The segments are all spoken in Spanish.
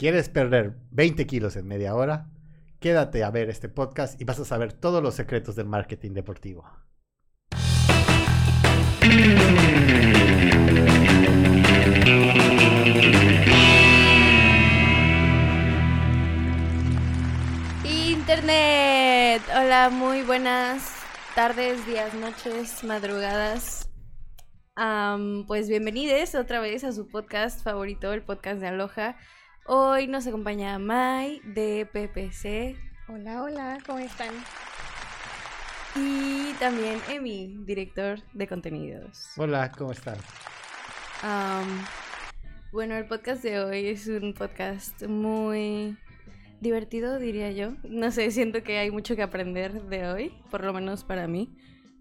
¿Quieres perder 20 kilos en media hora? Quédate a ver este podcast y vas a saber todos los secretos del marketing deportivo. Internet, hola, muy buenas tardes, días, noches, madrugadas. Pues bienvenidos otra vez a su podcast favorito, el podcast de Aloha. Hoy nos acompaña Mai de PPC. Hola, ¿cómo están? Y también Emi, director de contenidos. Hola, ¿cómo están? Bueno, el podcast de hoy es un podcast muy divertido, diría yo. No sé, siento que hay mucho que aprender de hoy, por lo menos para mí.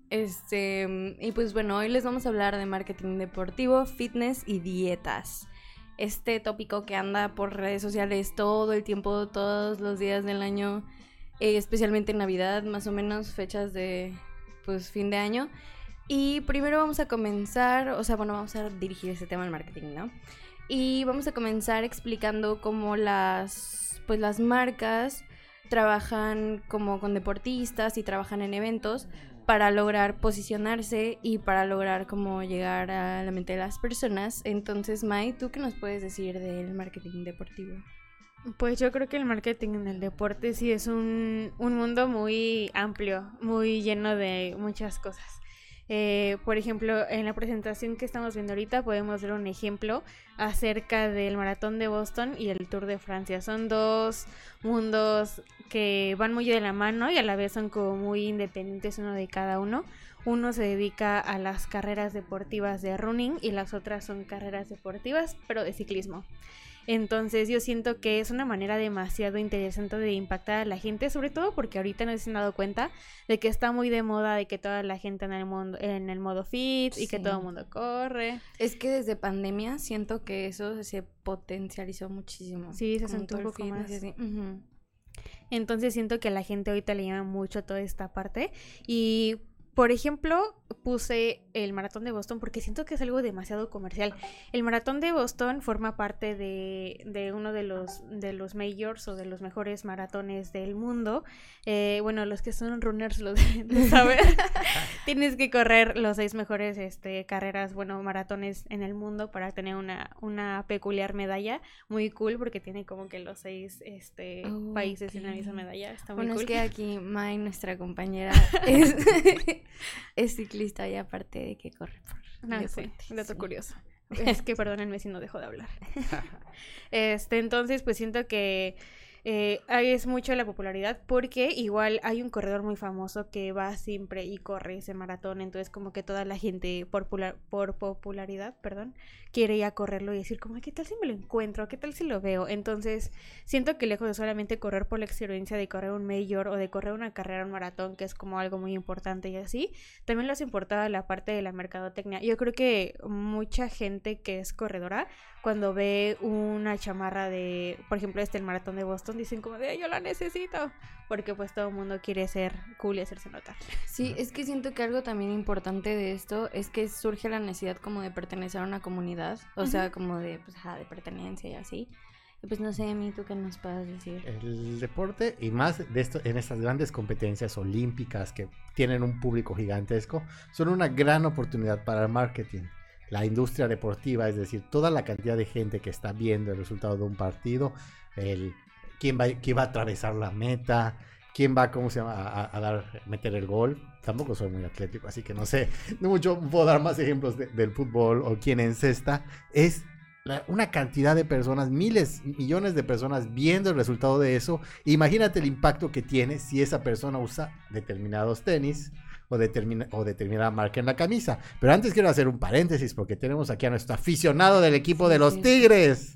Y pues bueno, hoy les vamos a hablar de marketing deportivo, fitness y dietas. Este tópico que anda por redes sociales todo el tiempo, todos los días del año, especialmente en Navidad, más o menos, fechas de pues fin de año. Y primero vamos a comenzar, vamos a dirigir este tema al marketing, ¿no? Y vamos a comenzar explicando cómo las marcas trabajan como con deportistas y trabajan en eventos para lograr posicionarse y para lograr como llegar a la mente de las personas. Entonces, Mai, ¿tú qué nos puedes decir del marketing deportivo? Pues yo creo que el marketing en el deporte sí es un mundo muy amplio, muy lleno de muchas cosas. Por ejemplo, en la presentación que estamos viendo ahorita podemos ver un ejemplo acerca del Maratón de Boston y el Tour de Francia. Son dos mundos que van muy de la mano y a la vez son como muy independientes uno de cada uno. Uno se dedica a las carreras deportivas de running y las otras son carreras deportivas, pero de ciclismo. Entonces yo siento que es una manera demasiado interesante de impactar a la gente, sobre todo porque ahorita no se han dado cuenta de que está muy de moda, de que toda la gente en el modo fit y que todo el mundo corre. Es que desde pandemia siento que eso se potencializó muchísimo. Sí, se sentó un poco más. Uh-huh. Entonces siento que a la gente ahorita le llama mucho toda esta parte y... Por ejemplo, puse el Maratón de Boston porque siento que es algo demasiado comercial. El Maratón de Boston forma parte de uno de los majors o de los mejores maratones del mundo. Bueno, los que son runners lo de saber. Tienes que correr los 6 mejores carreras, maratones en el mundo para tener una peculiar medalla. Muy cool porque tiene como que los 6 países en la misma medalla. Está muy cool. Es que aquí Mai, nuestra compañera, es ciclista y aparte de que corre por deporte. Sí, dato curioso. Es que, perdónenme si no dejo de hablar. Entonces, pues siento que es mucho la popularidad porque igual hay un corredor muy famoso que va siempre y corre ese maratón, entonces como que toda la gente por popularidad, quiere ir a correrlo y decir como, ¿qué tal si me lo encuentro? ¿Qué tal si lo veo? Entonces siento que lejos de solamente correr por la experiencia de correr un major o de correr una carrera, un maratón, que es como algo muy importante y así, también les importaba la parte de la mercadotecnia. Yo creo que mucha gente que es corredora, cuando ve una chamarra de, por ejemplo, el maratón de Boston, dicen como de, yo la necesito, porque pues todo el mundo quiere ser cool y hacerse notar. Sí, es que siento que algo también importante de esto es que surge la necesidad como de pertenecer a una comunidad, o sea, como de, de pertenencia y así. Y pues no sé, Emi, ¿tú qué nos puedes decir? El deporte, y más de esto en estas grandes competencias olímpicas que tienen un público gigantesco, son una gran oportunidad para el marketing. La industria deportiva, es decir, toda la cantidad de gente que está viendo el resultado de un partido, quién va a atravesar la meta, quién va, a meter el gol. Tampoco soy muy atlético, así que no sé, no mucho puedo dar más ejemplos del fútbol o quién encesta. Es una cantidad de personas, miles, millones de personas viendo el resultado de eso. Imagínate el impacto que tiene si esa persona usa determinados tenis o determinada marca en la camisa. Pero antes quiero hacer un paréntesis porque tenemos aquí a nuestro aficionado del equipo de los Tigres.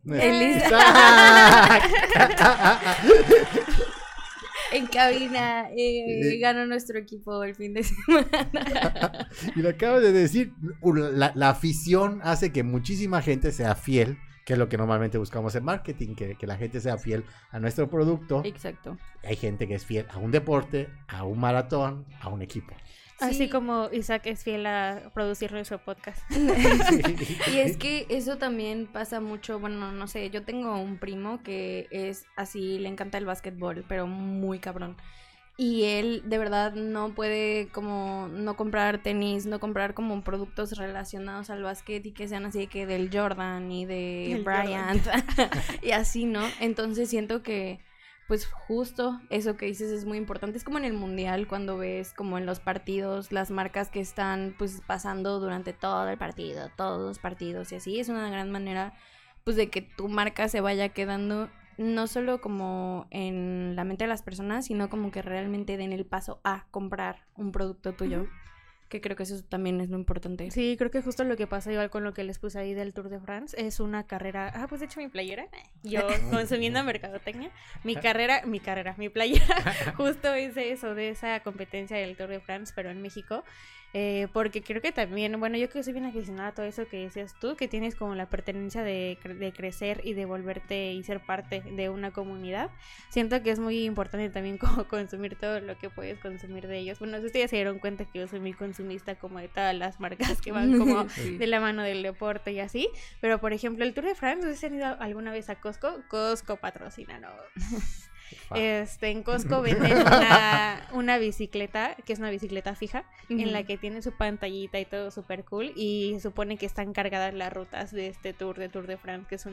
En cabina ganó nuestro equipo el fin de semana. Y lo acabo de decir, la afición hace que muchísima gente sea fiel, que es lo que normalmente buscamos en marketing, que la gente sea fiel a nuestro producto. Exacto. Hay gente que es fiel a un deporte, a un maratón, a un equipo. Así como Isaac es fiel a producir nuestro podcast. Y es que eso también pasa mucho, bueno, no sé, yo tengo un primo que es así, le encanta el básquetbol, pero muy cabrón. Y él de verdad no puede como no comprar tenis, no comprar como productos relacionados al básquet y que sean así que del Jordan y de El Bryant y así, ¿no? Entonces siento que pues justo eso que dices es muy importante. Es como en el mundial cuando ves como en los partidos las marcas que están pues pasando durante todo el partido, todos los partidos y así. Es una gran manera pues de que tu marca se vaya quedando no solo como en la mente de las personas, sino como que realmente den el paso a comprar un producto tuyo. Uh-huh. Que creo que eso también es lo importante. Sí, creo que justo lo que pasa igual con lo que les puse ahí del Tour de France es una carrera, pues de hecho mi playera, yo consumiendo mercadotecnia, mi playera justo es de eso, de esa competencia del Tour de France, pero en México. Porque creo que también, bueno, yo que soy bien aficionada a todo eso que decías tú, que tienes como la pertenencia de crecer y de volverte y ser parte de una comunidad, siento que es muy importante también como consumir todo lo que puedes consumir de ellos. Bueno, ustedes se dieron cuenta que yo soy muy consumista como de todas las marcas que van como sí. de la mano del deporte y así, pero por ejemplo el Tour de France, ¿ustedes han ido alguna vez a Costco? Costco patrocina, ¿no? En Costco venden una bicicleta, que es una bicicleta fija, uh-huh. en la que tiene su pantallita y todo súper cool, y supone que están cargadas las rutas de este Tour de France, que es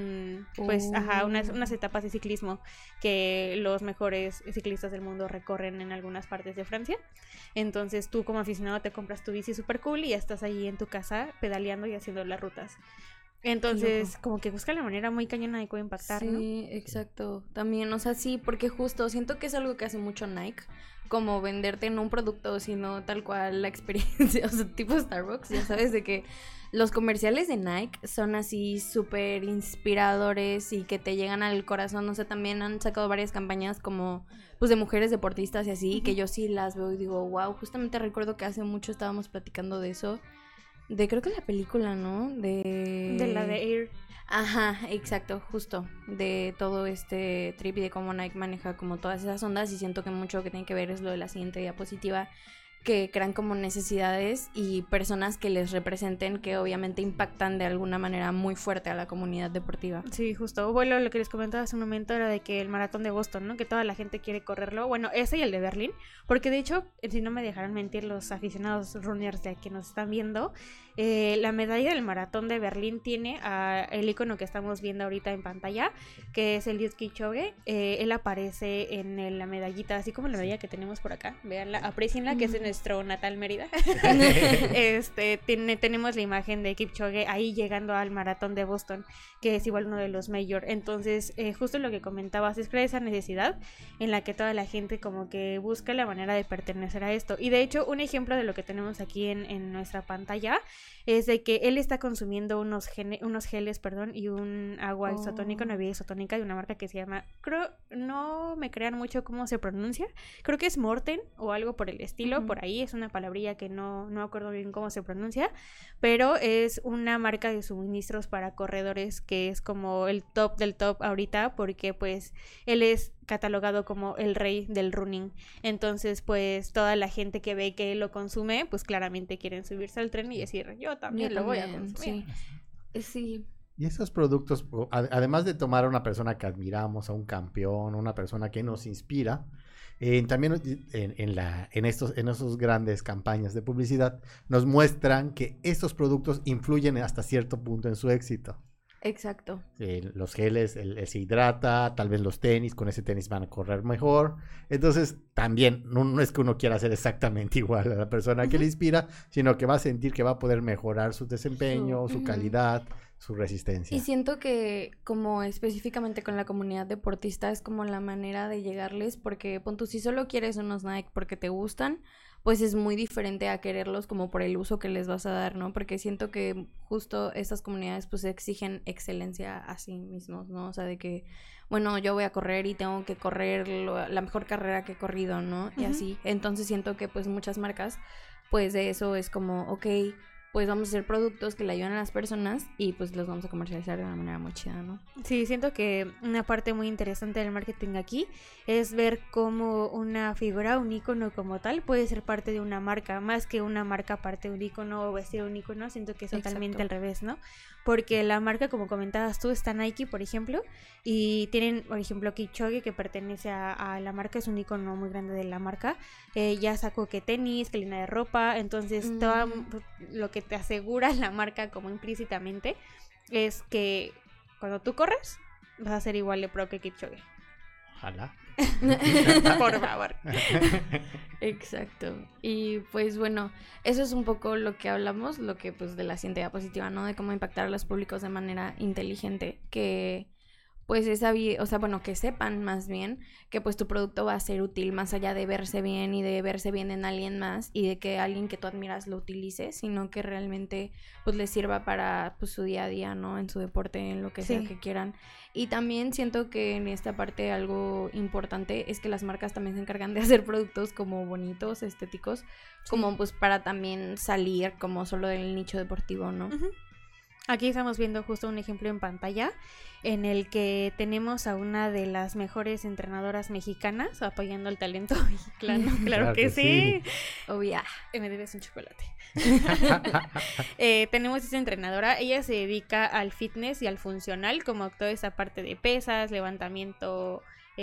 unas etapas de ciclismo que los mejores ciclistas del mundo recorren en algunas partes de Francia. Entonces tú como aficionado te compras tu bici súper cool y ya estás ahí en tu casa pedaleando y haciendo las rutas. Entonces, como que busca la manera muy cañona de cómo impactar, sí, ¿no? Sí, exacto. También, o sea, sí, porque justo siento que es algo que hace mucho Nike, como venderte no un producto, sino tal cual la experiencia, o sea, tipo Starbucks, ya sabes, de que los comerciales de Nike son así súper inspiradores y que te llegan al corazón. O sea, también han sacado varias campañas como, pues, de mujeres deportistas y así, uh-huh. que yo sí las veo y digo, wow, justamente recuerdo que hace mucho estábamos platicando de eso. De creo que la película, ¿no? De la de Air. Ajá, exacto, justo. De todo este trip y de cómo Nike maneja como todas esas ondas. Y siento que mucho que tiene que ver es lo de la siguiente diapositiva, que crean como necesidades y personas que les representen, que obviamente impactan de alguna manera muy fuerte a la comunidad deportiva. Sí, justo. Bueno, lo que les comentaba hace un momento era de que el maratón de Boston, ¿no? Que toda la gente quiere correrlo. Bueno, ese y el de Berlín. Porque de hecho, si no me dejarán mentir los aficionados runners de que nos están viendo, la medalla del maratón de Berlín tiene el icono que estamos viendo ahorita en pantalla, que es Eliud Kipchoge. Él aparece en la medallita, así como la medalla que tenemos por acá. Véanla, aprecienla, que es en nuestro natal Mérida. Tenemos la imagen de Kipchoge ahí llegando al maratón de Boston, que es igual uno de los major. Entonces, justo lo que comentabas, es crear esa necesidad en la que toda la gente como que busca la manera de pertenecer a esto. Y de hecho, un ejemplo de lo que tenemos aquí en nuestra pantalla es de que él está consumiendo unos geles, y un agua isotónica, una bebida isotónica de una marca que se llama, no me crean mucho cómo se pronuncia, creo que es Morten o algo por el estilo, uh-huh. por ahí es una palabrilla que no acuerdo bien cómo se pronuncia, pero es una marca de suministros para corredores que es como el top del top ahorita, porque pues él es catalogado como el rey del running. Entonces, pues toda la gente que ve que él lo consume, pues claramente quieren subirse al tren y decir, yo también lo voy a consumir. Sí. Y esos productos, además de tomar a una persona que admiramos, a un campeón, una persona que nos inspira, también en esos grandes campañas de publicidad nos muestran que estos productos influyen hasta cierto punto en su éxito. Exacto. Los geles, él se hidrata, tal vez los tenis, con ese tenis van a correr mejor. Entonces, también, no es que uno quiera ser exactamente igual a la persona que le inspira, sino que va a sentir que va a poder mejorar su desempeño, su calidad, su resistencia. Y siento que, como específicamente con la comunidad deportista, es como la manera de llegarles, porque pon tú, si solo quieres unos Nike porque te gustan, pues es muy diferente a quererlos como por el uso que les vas a dar, ¿no? Porque siento que justo estas comunidades pues exigen excelencia a sí mismos, ¿no? O sea, de que, bueno, yo voy a correr y tengo que correr la mejor carrera que he corrido, ¿no? Y así. Entonces siento que pues muchas marcas, pues de eso es como, ok, pues vamos a hacer productos que le ayuden a las personas y pues los vamos a comercializar de una manera muy chida, ¿no? Sí, siento que una parte muy interesante del marketing aquí es ver cómo una figura, un icono como tal, puede ser parte de una marca, más que una marca parte de un icono o vestir un icono. Siento que es totalmente al revés, ¿no? Porque la marca, como comentabas tú, está Nike, por ejemplo, y tienen, por ejemplo, Kipchoge, que pertenece a la marca, es un icono muy grande de la marca. Ya sacó que tenis, que línea de ropa, entonces todo lo que te asegura la marca como implícitamente es que cuando tú corres vas a ser igual de pro que Kipchoge. Ojalá. Por favor. Exacto. Y pues bueno, eso es un poco lo que hablamos, lo que pues de la siguiente diapositiva, ¿no? De cómo impactar a los públicos de manera inteligente, que pues que sepan más bien que pues tu producto va a ser útil más allá de verse bien y de verse bien en alguien más y de que alguien que tú admiras lo utilice, sino que realmente pues les sirva para pues su día a día, ¿no? En su deporte, en lo que sea que quieran. Y también siento que en esta parte algo importante es que las marcas también se encargan de hacer productos como bonitos, estéticos, como pues para también salir como solo del nicho deportivo, ¿no? Uh-huh. Aquí estamos viendo justo un ejemplo en pantalla en el que tenemos a una de las mejores entrenadoras mexicanas apoyando el talento mexicano. Claro que sí. Oh, yeah. Me debes un chocolate. Tenemos esa entrenadora. Ella se dedica al fitness y al funcional, como toda esa parte de pesas, levantamiento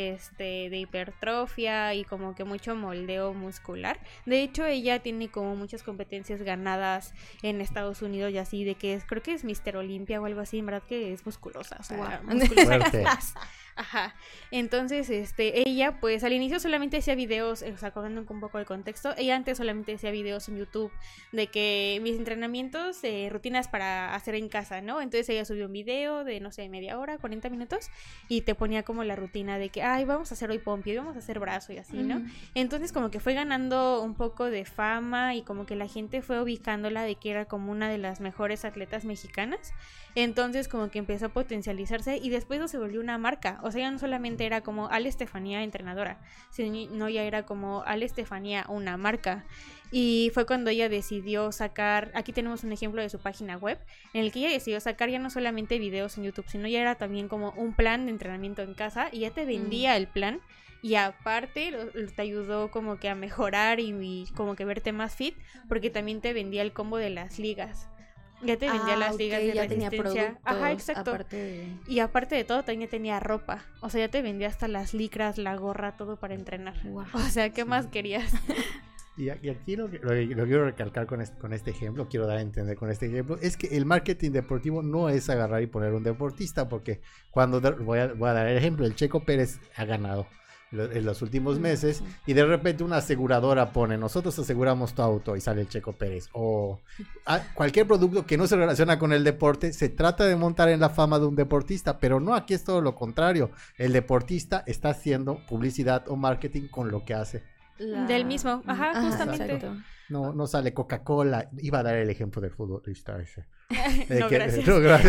de hipertrofia y como que mucho moldeo muscular. De hecho, ella tiene como muchas competencias ganadas en Estados Unidos y así, de que creo que es Mister Olimpia o algo así, en verdad que es musculosa, o sea, musculosa. Ajá. Entonces, ella pues al inicio solamente hacía videos, o sea, contando un poco de contexto, ella antes solamente hacía videos en YouTube de que mis entrenamientos, rutinas para hacer en casa, ¿no? Entonces ella subió un video de, no sé, media hora, 40 minutos y te ponía como la rutina de que, ay, vamos a hacer hoy pompi, vamos a hacer brazo y así, ¿no? Entonces como que fue ganando un poco de fama y como que la gente fue ubicándola de que era como una de las mejores atletas mexicanas. Entonces como que empezó a potencializarse y después no se volvió una marca. O sea, ya no solamente era como Ale Estefanía entrenadora, sino ya era como Ale Estefanía una marca. Y fue cuando ella decidió sacar, aquí tenemos un ejemplo de su página web, en el que ella decidió sacar ya no solamente videos en YouTube, sino ya era también como un plan de entrenamiento en casa y ya te vendía el plan. Y aparte te ayudó como que a mejorar y como que verte más fit, porque también te vendía el combo de las ligas. Ya te vendía las ligas de ya resistencia. Tenía productos. Ajá, exacto. Y aparte de todo, también tenía ropa. O sea, ya te vendía hasta las licras, la gorra, todo para entrenar. Wow. O sea, ¿qué más querías? Y aquí lo quiero recalcar con este ejemplo, quiero dar a entender con este ejemplo, es que el marketing deportivo no es agarrar y poner un deportista, porque cuando voy a dar el ejemplo, el Checo Pérez ha ganado en los últimos meses y de repente una aseguradora pone, nosotros aseguramos tu auto y sale el Checo Pérez, o cualquier producto que no se relaciona con el deporte, se trata de montar en la fama de un deportista, pero no, aquí es todo lo contrario, el deportista está haciendo publicidad o marketing con lo que hace. Del mismo, justamente. Exacto. No sale Coca-Cola. Iba a dar el ejemplo del futbolista ese. Gracias.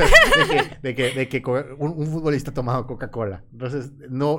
De que un futbolista tomado Coca-Cola. Entonces,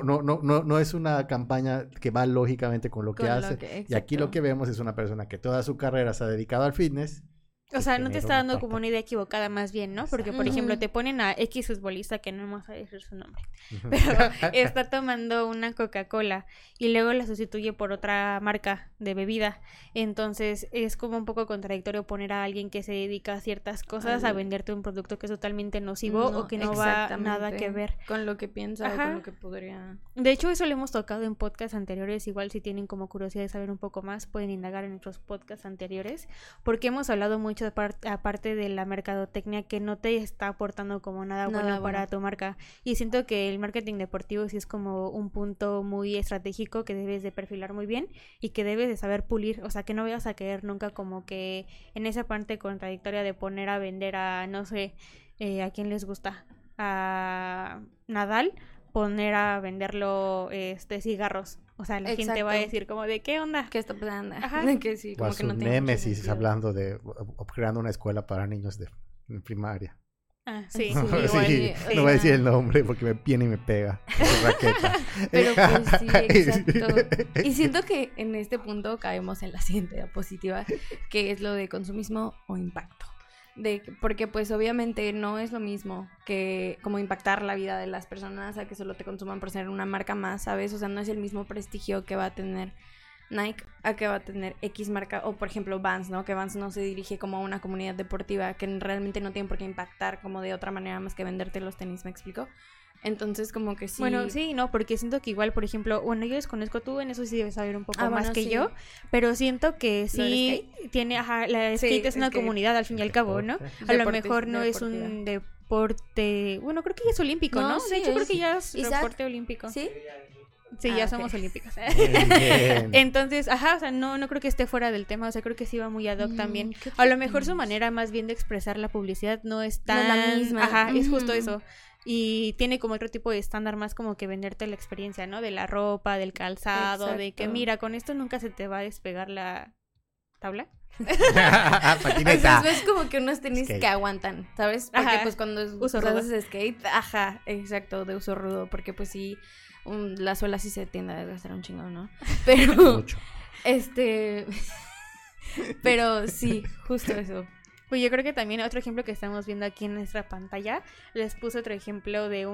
no es una campaña que va lógicamente con lo que hace. Y aquí lo que vemos es una persona que toda su carrera se ha dedicado al fitness. O sea, no te está dando como una idea equivocada más bien, ¿no? Porque, por ejemplo, te ponen a X futbolista, que no vamos a decir su nombre, pero está tomando una Coca-Cola y luego la sustituye por otra marca de bebida. Entonces, es como un poco contradictorio poner a alguien que se dedica a ciertas cosas a venderte un producto que es totalmente nocivo o que no va nada que ver con lo que piensa o con lo que podría... De hecho, eso lo hemos tocado en podcasts anteriores. Igual si tienen como curiosidad de saber un poco más, pueden indagar en nuestros podcasts anteriores, porque hemos hablado mucho aparte de la mercadotecnia que no te está aportando como nada bueno para tu marca. Y siento que el marketing deportivo sí es como un punto muy estratégico que debes de perfilar muy bien y que debes de saber pulir. O sea, que no vayas a caer nunca como que en esa parte contradictoria de poner a vender a, no sé, a quién les gusta, a Nadal, poner a venderlo cigarros. O sea, la gente va a decir como de ¿qué onda? ¿Qué está pasando? Que sí, como que no tiene Némesis hablando de creando una escuela para niños de primaria. Sí. No voy a decir el nombre porque me viene y me pega su raqueta. Pero pues sí, exacto. Y siento que en este punto caemos en la siguiente diapositiva, que es lo de consumismo o impacto. Porque pues obviamente no es lo mismo que como impactar la vida de las personas a que solo te consuman por ser una marca más, ¿sabes? O sea, no es el mismo prestigio que va a tener Nike a que va a tener X marca, o por ejemplo Vans, ¿no? Que Vans no se dirige como a una comunidad deportiva, que realmente no tiene por qué impactar como de otra manera más que venderte los tenis, ¿me explico? Entonces como que sí. Bueno, sí, no, porque siento que igual, por ejemplo, bueno, yo desconozco, tú en eso sí debes saber un poco más bueno, que sí. yo, pero siento que sí tiene, la skate es una skate. comunidad al fin y al cabo, ¿no? Deporte. A lo Deporte, mejor no es un deporte, bueno, creo que ya es olímpico, ¿no? Sí, De hecho, creo que ya es Isaac, deporte olímpico. ¿sí? Sí, ya ok. somos olímpicos. Muy bien. Entonces, o sea, no creo que esté fuera del tema, o sea, creo que sí va muy ad hoc también. ¿qué A lo mejor su tenemos? manera más bien de expresar la publicidad no es No es tan... la misma. Ajá, es justo Ujú. eso. Y tiene como otro tipo de estándar más como que venderte la experiencia, ¿no? De la ropa, del calzado, de que Exacto. mira, con esto nunca se te va a despegar la tabla. O sea, Patineta. es como que unos tenis Skate. que aguantan, ¿sabes? Porque Ajá, pues cuando uso rudo. haces skate, ajá, exacto, de uso rudo, porque pues sí, la suela sí se tiende a gastar un chingo, ¿no? Pero, Mucho. pero sí, justo eso. Pues yo creo que también otro ejemplo que estamos viendo aquí en nuestra pantalla, les puse otro ejemplo de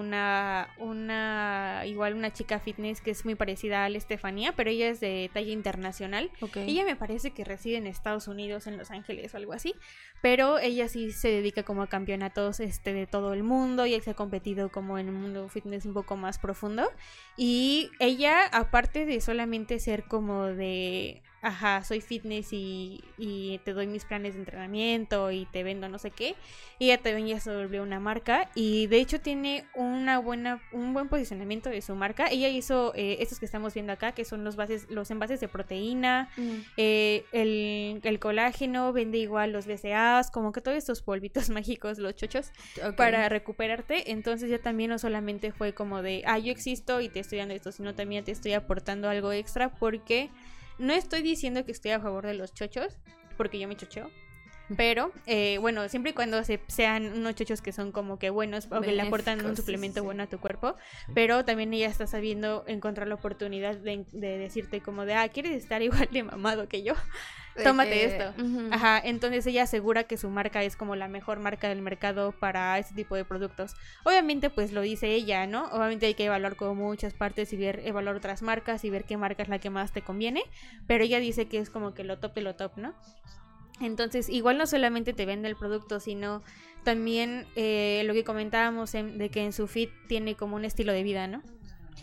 igual una chica fitness que es muy parecida a Estefanía, pero ella es de talla internacional. Okay. Ella me parece que reside en Estados Unidos, en Los Ángeles o algo así, pero ella sí se dedica como a campeonatos de todo el mundo y se ha competido como en un mundo fitness un poco más profundo. Y ella, aparte de solamente ser como de... Ajá, soy fitness y te doy mis planes de entrenamiento y te vendo no sé qué. Ella también ya se volvió una marca y de hecho tiene un buen posicionamiento de su marca. Ella hizo estos que estamos viendo acá, que son los envases de proteína, el colágeno, vende igual los BCAAs, como que todos estos polvitos mágicos, los chochos, Ok. para recuperarte. Entonces ya también no solamente fue como de, yo existo y te estoy dando esto, sino también te estoy aportando algo extra porque... No estoy diciendo que estoy a favor de los chochos, porque yo me chocheo. Pero, bueno, siempre y cuando sean unos chochos que son como que buenos o que le aportan un Benéficos, suplemento sí. bueno a tu cuerpo. Pero también ella está sabiendo encontrar la oportunidad de decirte como de, ¿quieres estar igual de mamado que yo? Tómate esto. Ujú. Ajá, entonces ella asegura que su marca es como la mejor marca del mercado para este tipo de productos. Obviamente, pues lo dice ella, ¿no? Obviamente hay que evaluar como muchas partes y evaluar otras marcas y ver qué marca es la que más te conviene. Pero ella dice que es como que lo top de lo top, ¿no? Entonces, igual no solamente te vende el producto, sino también lo que comentábamos de que en su feed tiene como un estilo de vida, ¿no?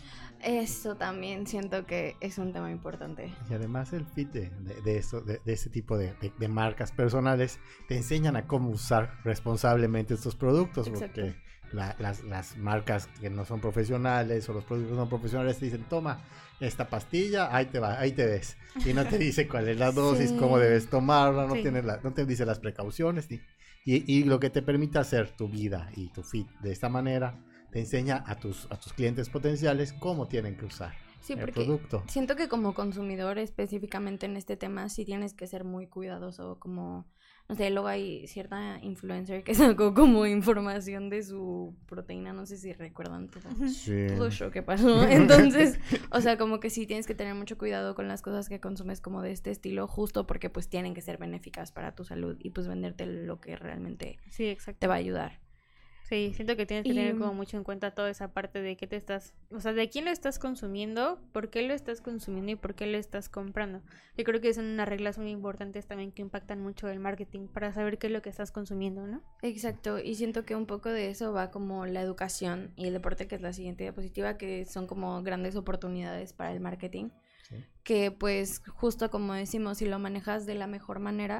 Eso también siento que es un tema importante. Y además el feed de ese tipo de marcas personales te enseñan a cómo usar responsablemente estos productos. Exacto. Porque las marcas que no son profesionales o los productos no profesionales te dicen, toma esta pastilla, ahí te va, ahí te ves. Y no te dice cuál es la dosis, Sí. cómo debes tomarla, no Sí. no te dice las precauciones. Y lo que te permite hacer tu vida y tu feed de esta manera, te enseña a tus clientes potenciales cómo tienen que usar Sí, el porque producto. siento que como consumidor específicamente en este tema sí tienes que ser muy cuidadoso, como, no sé, luego hay cierta influencer que sacó como información de su proteína, no sé si recuerdan todo. Sí. Todo show que pasó. Entonces, o sea, como que sí tienes que tener mucho cuidado con las cosas que consumes como de este estilo, justo porque pues tienen que ser benéficas para tu salud y pues venderte lo que realmente Sí, exacto. te va a ayudar. Sí, siento que tienes que Y- tener como mucho en cuenta toda esa parte de qué o sea, de quién lo estás consumiendo, por qué lo estás consumiendo y por qué lo estás comprando. Yo creo que son unas reglas muy importantes también que impactan mucho el marketing para saber qué es lo que estás consumiendo, ¿no? Exacto, y siento que un poco de eso va como la educación y el deporte, que es la siguiente diapositiva, que son como grandes oportunidades para el marketing, Sí. que pues justo como decimos, si lo manejas de la mejor manera,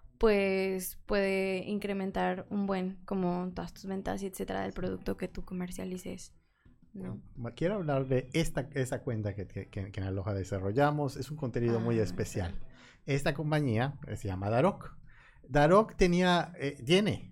pues puede incrementar un buen, como todas tus ventas y etcétera, del producto que tú comercialices, ¿no? Quiero hablar de esta cuenta que en Aloha desarrollamos. Es un contenido muy especial. Esta compañía se llama Darok. Darok tiene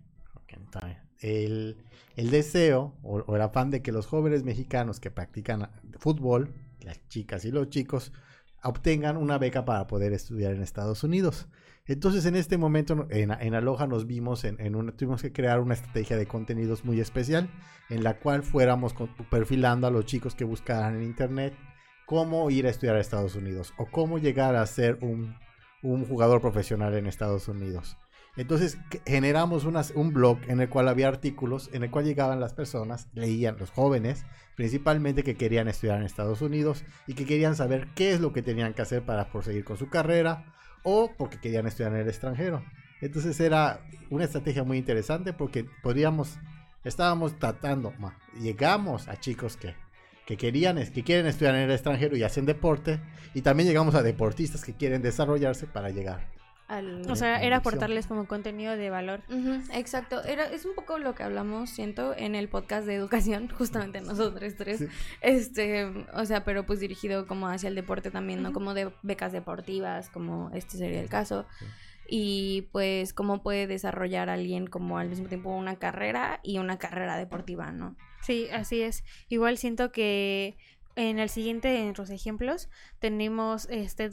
el deseo o el afán de que los jóvenes mexicanos que practican fútbol, las chicas y los chicos, obtengan una beca para poder estudiar en Estados Unidos. Entonces, en este momento, en Aloha nos vimos tuvimos que crear una estrategia de contenidos muy especial, en la cual fuéramos perfilando a los chicos que buscaran en internet cómo ir a estudiar a Estados Unidos o cómo llegar a ser un jugador profesional en Estados Unidos. Entonces generamos un blog en el cual había artículos, en el cual llegaban las personas, leían los jóvenes, principalmente que querían estudiar en Estados Unidos y que querían saber qué es lo que tenían que hacer para proseguir con su carrera o porque querían estudiar en el extranjero. Entonces era una estrategia muy interesante porque estábamos tratando, llegamos a chicos que quieren estudiar en el extranjero y hacen deporte, y también llegamos a deportistas que quieren desarrollarse para llegar. O sea, era aportarles como contenido de valor. Exacto, es un poco lo que hablamos, siento, en el podcast de educación, justamente nosotros tres. Sí. O sea, pero pues dirigido como hacia el deporte también, ¿no? Como de becas deportivas, como este sería el caso. Sí. Y pues cómo puede desarrollar alguien como al mismo tiempo una carrera y una carrera deportiva, ¿no? Sí, así es. Igual siento que en el siguiente, en los ejemplos, tenemos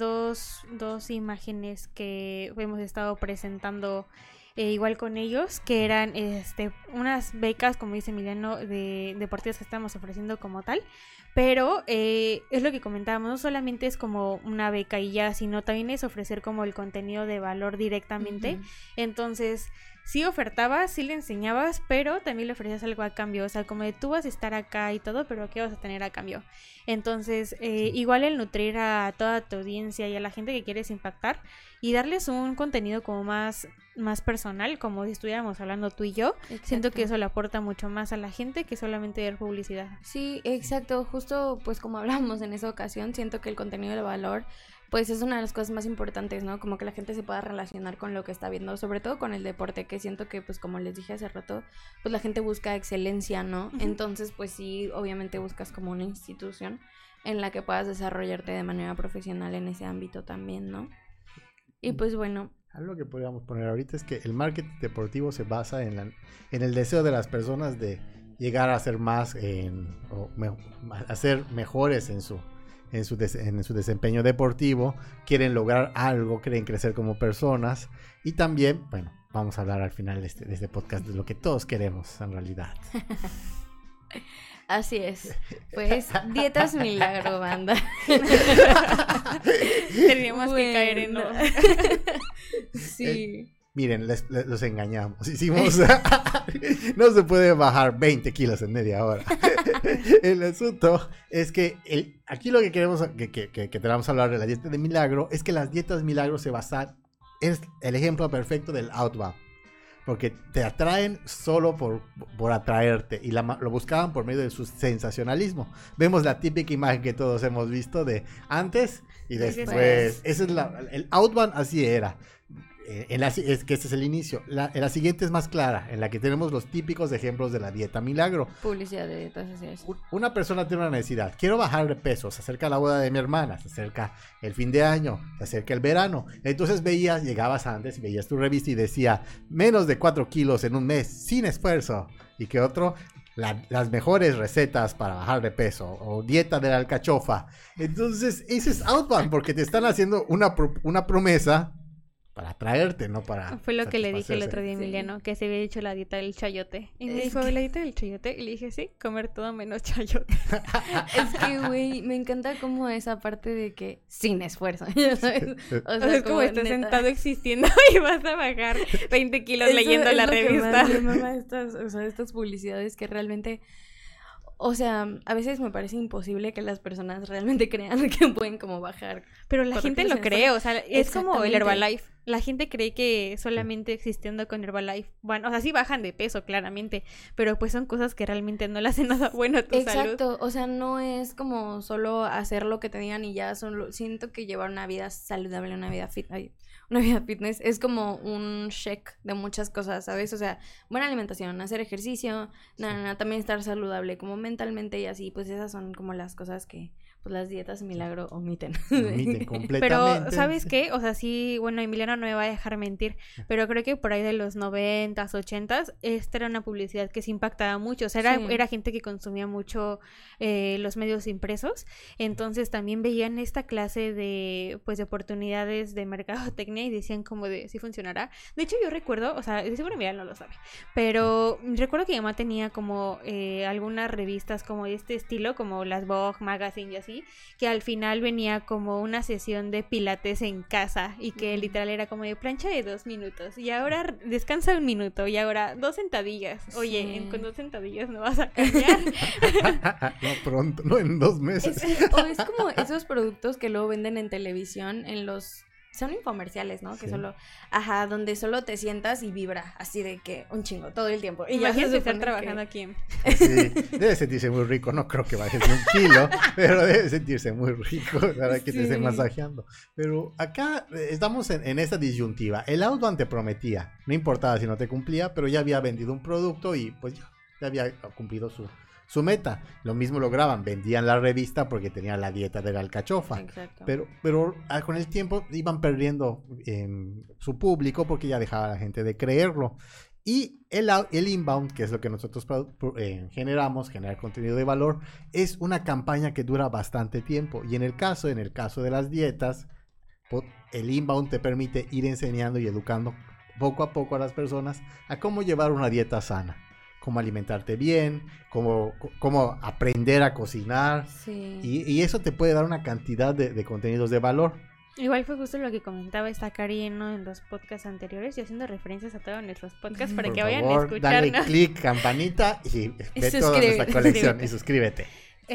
dos imágenes que hemos estado presentando igual con ellos, que eran unas becas, como dice Emiliano, de deportivas que estamos ofreciendo como tal. Pero es lo que comentábamos, no solamente es como una beca y ya, sino también es ofrecer como el contenido de valor directamente. Entonces, sí ofertabas, sí le enseñabas, pero también le ofrecías algo a cambio. O sea, como de tú vas a estar acá y todo, pero ¿qué vas a tener a cambio? Entonces, igual el nutrir a toda tu audiencia y a la gente que quieres impactar y darles un contenido como más personal, como si estuviéramos hablando tú y yo. Exacto. Siento que eso le aporta mucho más a la gente que solamente dar publicidad. Sí, exacto. Justo pues como hablábamos en esa ocasión, siento que el contenido de valor pues es una de las cosas más importantes, ¿no? Como que la gente se pueda relacionar con lo que está viendo, sobre todo con el deporte, que siento que, pues como les dije hace rato, pues la gente busca excelencia, ¿no? Entonces, pues sí, obviamente buscas como una institución en la que puedas desarrollarte de manera profesional en ese ámbito también, ¿no? Y pues bueno. Algo que podríamos poner ahorita es que el marketing deportivo se basa en el deseo de las personas de llegar a ser más, a ser mejores en su desempeño deportivo, quieren lograr algo, quieren crecer como personas, y también, bueno, vamos a hablar al final de este podcast de lo que todos queremos en realidad. Así es, pues dietas milagro, banda. Teníamos que caer en no. Sí. Miren, los engañamos. Hicimos. No se puede bajar 20 kilos en media hora. El asunto es que aquí lo que queremos que tenemos a hablar de la dieta de milagro es que las dietas milagro se basan. Es el ejemplo perfecto del outbound. Porque te atraen solo por atraerte. Y lo buscaban por medio de su sensacionalismo. Vemos la típica imagen que todos hemos visto de antes y después. Ese es el outbound, así era. Es que este es el inicio. En la siguiente es más clara, en la que tenemos los típicos ejemplos de la dieta milagro. Publicidad de dietas, así es. Una persona tiene una necesidad, quiero bajar de peso, se acerca la boda de mi hermana, se acerca el fin de año, se acerca el verano. Entonces llegabas antes y veías tu revista y decía menos de 4 kilos en un mes, sin esfuerzo. Y que otro, las mejores recetas para bajar de peso, o dieta de la alcachofa. Entonces ese es outbound, porque te están haciendo una promesa para atraerte, no para... Fue lo que le dije el otro día a Emiliano, que se había hecho la dieta del chayote. Y me dijo, ¿la dieta del chayote? Y le dije, sí, comer todo menos chayote. Es que, güey, me encanta como esa parte de que sin esfuerzo, ¿ya sabes? O sea, es como estás sentado existiendo y vas a bajar 20 kilos eso leyendo la revista. Mi mamá, estas publicidades que realmente... O sea, a veces me parece imposible que las personas realmente crean que pueden como bajar. Pero la gente lo cree, o sea, es como el Herbalife. La gente cree que solamente existiendo con Herbalife, bueno, o sea, sí bajan de peso, claramente, pero pues son cosas que realmente no le hacen nada bueno a tu salud. Exacto, o sea, no es como solo hacer lo que te digan y ya, siento que llevar una vida saludable, una vida fitness es como un check de muchas cosas, ¿sabes? O sea, buena alimentación, hacer ejercicio, también estar saludable como mentalmente y así, pues esas son como las cosas que pues las dietas milagro omiten. Omiten completamente. Pero, ¿sabes qué? O sea, sí, bueno, Emiliano no me va a dejar mentir, pero creo que por ahí de los 90s, 80s, esta era una publicidad que se impactaba mucho. O sea, era gente que consumía mucho los medios impresos, entonces también veían esta clase de, pues, de oportunidades de mercadotecnia y decían como de, ¿sí funcionará? De hecho, yo recuerdo, o sea, de seguro Emiliano no lo sabe, pero recuerdo que mi mamá tenía como algunas revistas como de este estilo, como las Vogue Magazine y así, así, que al final venía como una sesión de pilates en casa y que literal era como de plancha de 2 minutos y ahora descansa 1 minuto y ahora 2 sentadillas. Oye, con 2 sentadillas no vas a cambiar. No pronto, no en 2 meses. O es como esos productos que luego venden en televisión, en los... Son infomerciales, ¿no? Sí. Que solo... Ajá, donde solo te sientas y vibra, así de que un chingo, todo el tiempo. Y ya se Imagínate estar supone trabajando aquí en... Sí, debe sentirse muy rico. No creo que bajes ni 1 kilo, pero debe sentirse muy rico para que te estén masajeando. Pero acá estamos en esta disyuntiva. El outbound te prometía, no importaba si no te cumplía, pero ya había vendido un producto y pues ya había cumplido su meta. Lo mismo lograban, vendían la revista porque tenían la dieta de la alcachofa. Exacto. Pero con el tiempo iban perdiendo su público porque ya dejaba la gente de creerlo. Y el inbound, que es lo que nosotros generamos, generar contenido de valor, es una campaña que dura bastante tiempo. Y en el caso de las dietas, el inbound te permite ir enseñando y educando poco a poco a las personas a cómo llevar una dieta sana, cómo alimentarte bien, cómo aprender a cocinar. Sí. Y eso te puede dar una cantidad de contenidos de valor. Igual fue justo lo que comentaba esta Cari en los podcasts anteriores y haciendo referencias a todos nuestros podcasts para Por que vayan a favor, dale escucharnos. click, campanita y ve toda suscríbete. nuestra colección y suscríbete.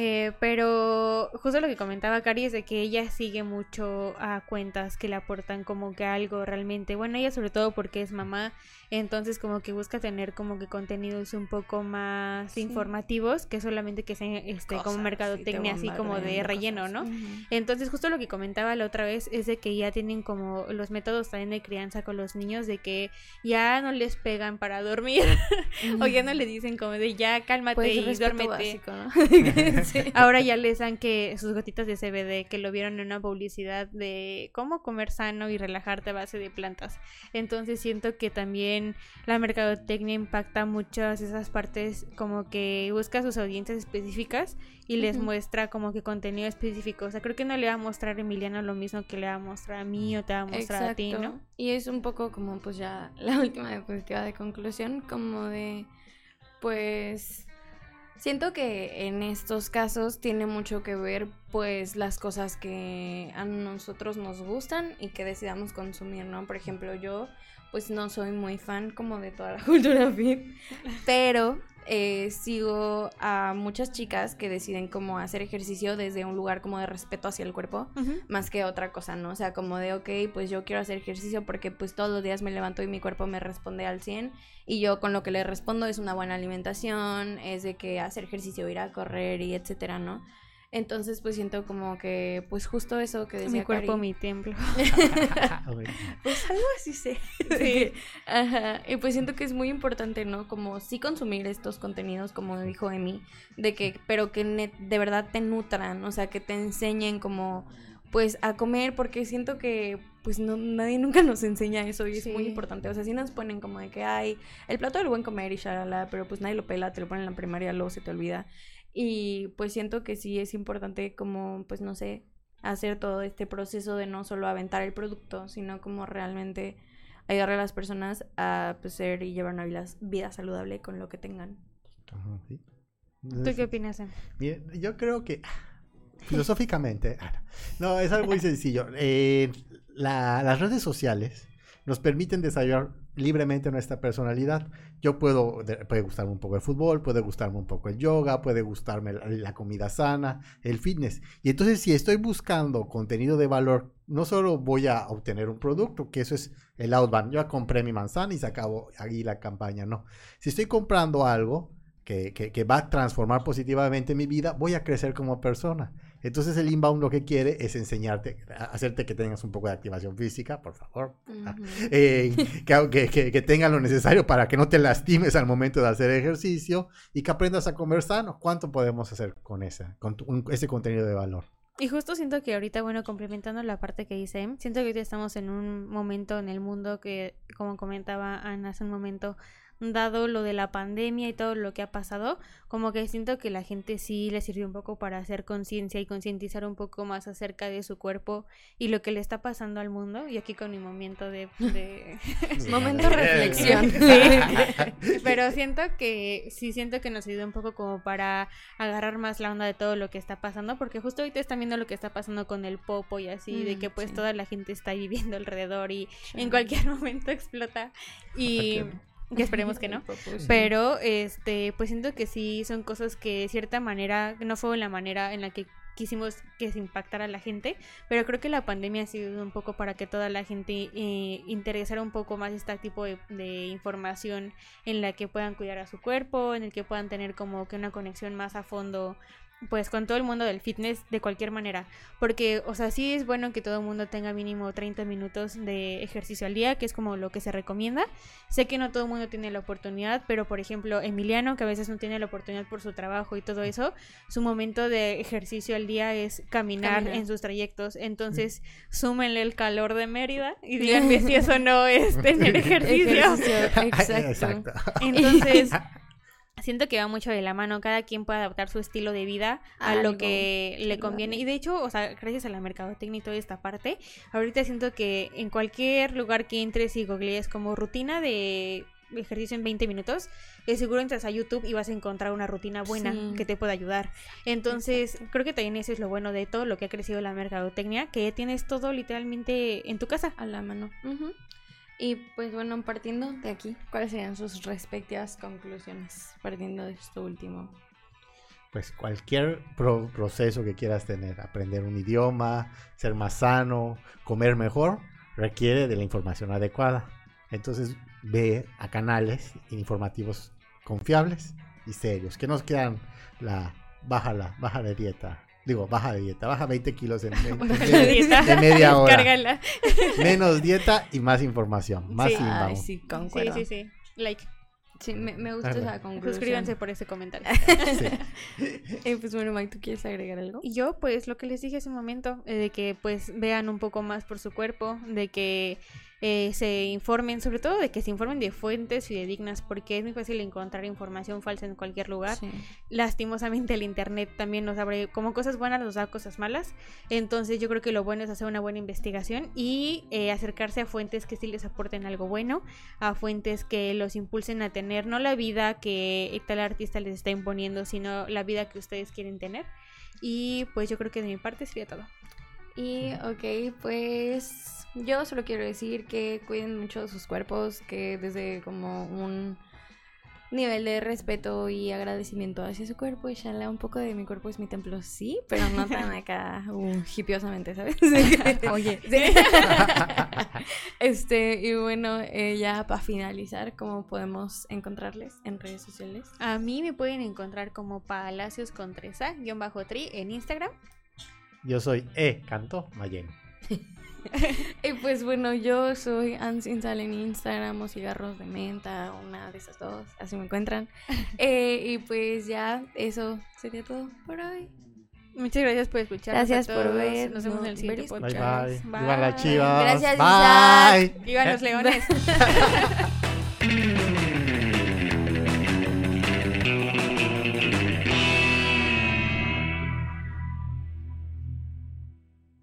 Pero justo lo que comentaba Cari es de que ella sigue mucho a cuentas que le aportan como que algo realmente, bueno, ella sobre todo porque es mamá, entonces como que busca tener como que contenidos un poco más informativos que solamente que sean como mercadotecnia así como de relleno, ¿no? Entonces justo lo que comentaba la otra vez es de que ya tienen como los métodos también de crianza con los niños, de que ya no les pegan para dormir o ya no les dicen como de ya cálmate Pues, y respeto duérmete. básico, ¿no? Sí. Ahora ya les dan que sus gotitas de CBD, que lo vieron en una publicidad de cómo comer sano y relajarte a base de plantas. Entonces siento que también la mercadotecnia impacta muchas esas partes, como que busca sus audiencias específicas y les muestra como que contenido específico. O sea, creo que no le va a mostrar a Emiliano lo mismo que le va a mostrar a mí o te va a mostrar a ti, ¿no? Y es un poco como pues ya la última diapositiva de conclusión, como de pues... Siento que en estos casos tiene mucho que ver pues las cosas que a nosotros nos gustan y que decidamos consumir, ¿no? Por ejemplo, yo pues no soy muy fan como de toda la cultura fit, pero sigo a muchas chicas que deciden como hacer ejercicio desde un lugar como de respeto hacia el cuerpo, más que otra cosa, ¿no? O sea, como de, ok, pues yo quiero hacer ejercicio porque pues todos los días me levanto y mi cuerpo me responde al 100 y yo con lo que le respondo es una buena alimentación, es de que hacer ejercicio, ir a correr y etcétera, ¿no? Entonces pues siento como que pues justo eso que decía Mi cuerpo, Cari. mi templo. Pues algo así sé. Sí. Ajá. Y pues siento que es muy importante, ¿no? Como sí consumir estos contenidos, como dijo Emi, de que, pero que de verdad te nutran, o sea, que te enseñen como pues a comer, porque siento que pues no, nadie nunca nos enseña eso y es muy importante. O sea, sí nos ponen como de que hay el plato del buen comer y shalala, pero pues nadie lo pela, te lo ponen en la primaria, luego se te olvida. Y pues siento que sí es importante como, pues no sé, hacer todo este proceso de no solo aventar el producto, sino como realmente ayudar a las personas a pues, ser y llevar una vida saludable con lo que tengan. ¿Sí? ¿Tú qué opinas, Em? Mire, yo creo que filosóficamente, no, es algo muy sencillo. Las redes sociales nos permiten desarrollar libremente nuestra personalidad. Puede gustarme un poco el fútbol, puede gustarme un poco el yoga, puede gustarme la comida sana, el fitness. Y entonces si estoy buscando contenido de valor, no solo voy a obtener un producto, que eso es el outbound. Yo ya compré mi manzana y se acabó ahí la campaña, no. Si estoy comprando algo que va a transformar positivamente mi vida, voy a crecer como persona. Entonces el inbound lo que quiere es enseñarte, hacerte que tengas un poco de activación física, por favor. Que tengas lo necesario para que no te lastimes al momento de hacer ejercicio y que aprendas a comer sano. ¿Cuánto podemos hacer con ese contenido de valor? Y justo siento que ahorita, bueno, complementando la parte que dice Em, siento que ahorita estamos en un momento en el mundo que, como comentaba Ana hace un momento, dado lo de la pandemia y todo lo que ha pasado, como que siento que la gente sí le sirvió un poco para hacer conciencia y concientizar un poco más acerca de su cuerpo y lo que le está pasando al mundo. Y aquí con mi momento de... Momento de reflexión. Sí. Pero siento que nos ayuda un poco como para agarrar más la onda de todo lo que está pasando, porque justo ahorita están viendo lo que está pasando con el popo y así, de que pues toda la gente está viviendo alrededor y en cualquier momento explota y que esperemos que no, pero pues siento que sí son cosas que de cierta manera no fue la manera en la que quisimos que se impactara a la gente, pero creo que la pandemia ha sido un poco para que toda la gente interesara un poco más este tipo de información en la que puedan cuidar a su cuerpo, en el que puedan tener como que una conexión más a fondo pues con todo el mundo del fitness de cualquier manera, porque o sea sí es bueno que todo el mundo tenga mínimo 30 minutos de ejercicio al día, que es como lo que se recomienda. Sé que no todo el mundo tiene la oportunidad, pero por ejemplo Emiliano, que a veces no tiene la oportunidad por su trabajo y todo eso, su momento de ejercicio al día es caminar en sus trayectos, entonces súmenle el calor de Mérida y díganme si eso no es tener ejercicio. Exacto. Entonces siento que va mucho de la mano, cada quien puede adaptar su estilo de vida a lo que le conviene. Y de hecho, o sea, gracias a la mercadotecnia y toda esta parte, ahorita siento que en cualquier lugar que entres y googlees como rutina de ejercicio en 20 minutos, seguro entras a YouTube y vas a encontrar una rutina buena que te pueda ayudar. Entonces, creo que también eso es lo bueno de todo lo que ha crecido la mercadotecnia, que tienes todo literalmente en tu casa. A la mano. Y pues bueno, partiendo de aquí, ¿cuáles serían sus respectivas conclusiones? Partiendo de esto último. Pues cualquier proceso que quieras tener, aprender un idioma, ser más sano, comer mejor, requiere de la información adecuada. Entonces ve a canales informativos confiables y serios, que nos quedan baja de dieta. Baja 20 kilos en de media hora. Cárgala. Menos dieta y más información. Más Ay, sí, concuerdo. Sí. Like. Sí, me gusta esa conclusión. Suscríbanse por ese comentario. Pues bueno, Mike, ¿tú quieres agregar algo? Y yo, pues, lo que les dije hace un momento, de que, pues, vean un poco más por su cuerpo, de que se informen, sobre todo de que se informen de fuentes fidedignas, porque es muy fácil encontrar información falsa en cualquier lugar. Lastimosamente el internet también nos abre como cosas buenas, nos da cosas malas. Entonces yo creo que lo bueno es hacer una buena investigación y acercarse a fuentes que sí les aporten algo bueno, a fuentes que los impulsen a tener no la vida que tal artista les está imponiendo, sino la vida que ustedes quieren tener. Y pues yo creo que de mi parte sería todo. Y ok, pues yo solo quiero decir que cuiden mucho de sus cuerpos, que desde como un nivel de respeto y agradecimiento hacia su cuerpo, y shala, un poco de mi cuerpo es mi templo, sí, pero no tan acá hipiosamente, ¿sabes? Oye. Y bueno, ya para finalizar, ¿cómo podemos encontrarles en redes sociales? A mí me pueden encontrar como Palacios con 3A_tri en Instagram. Yo soy Canto Mayen. Y pues bueno, yo soy Ansinsal en Instagram o cigarros de menta, una de esas dos, así me encuentran. Y pues ya, eso sería todo por hoy. Muchas gracias por escuchar. Gracias por ver. Nos vemos en el siguiente podcast. Bye. Viva la Chivas. Gracias, Bye. Isaac. Viva los leones.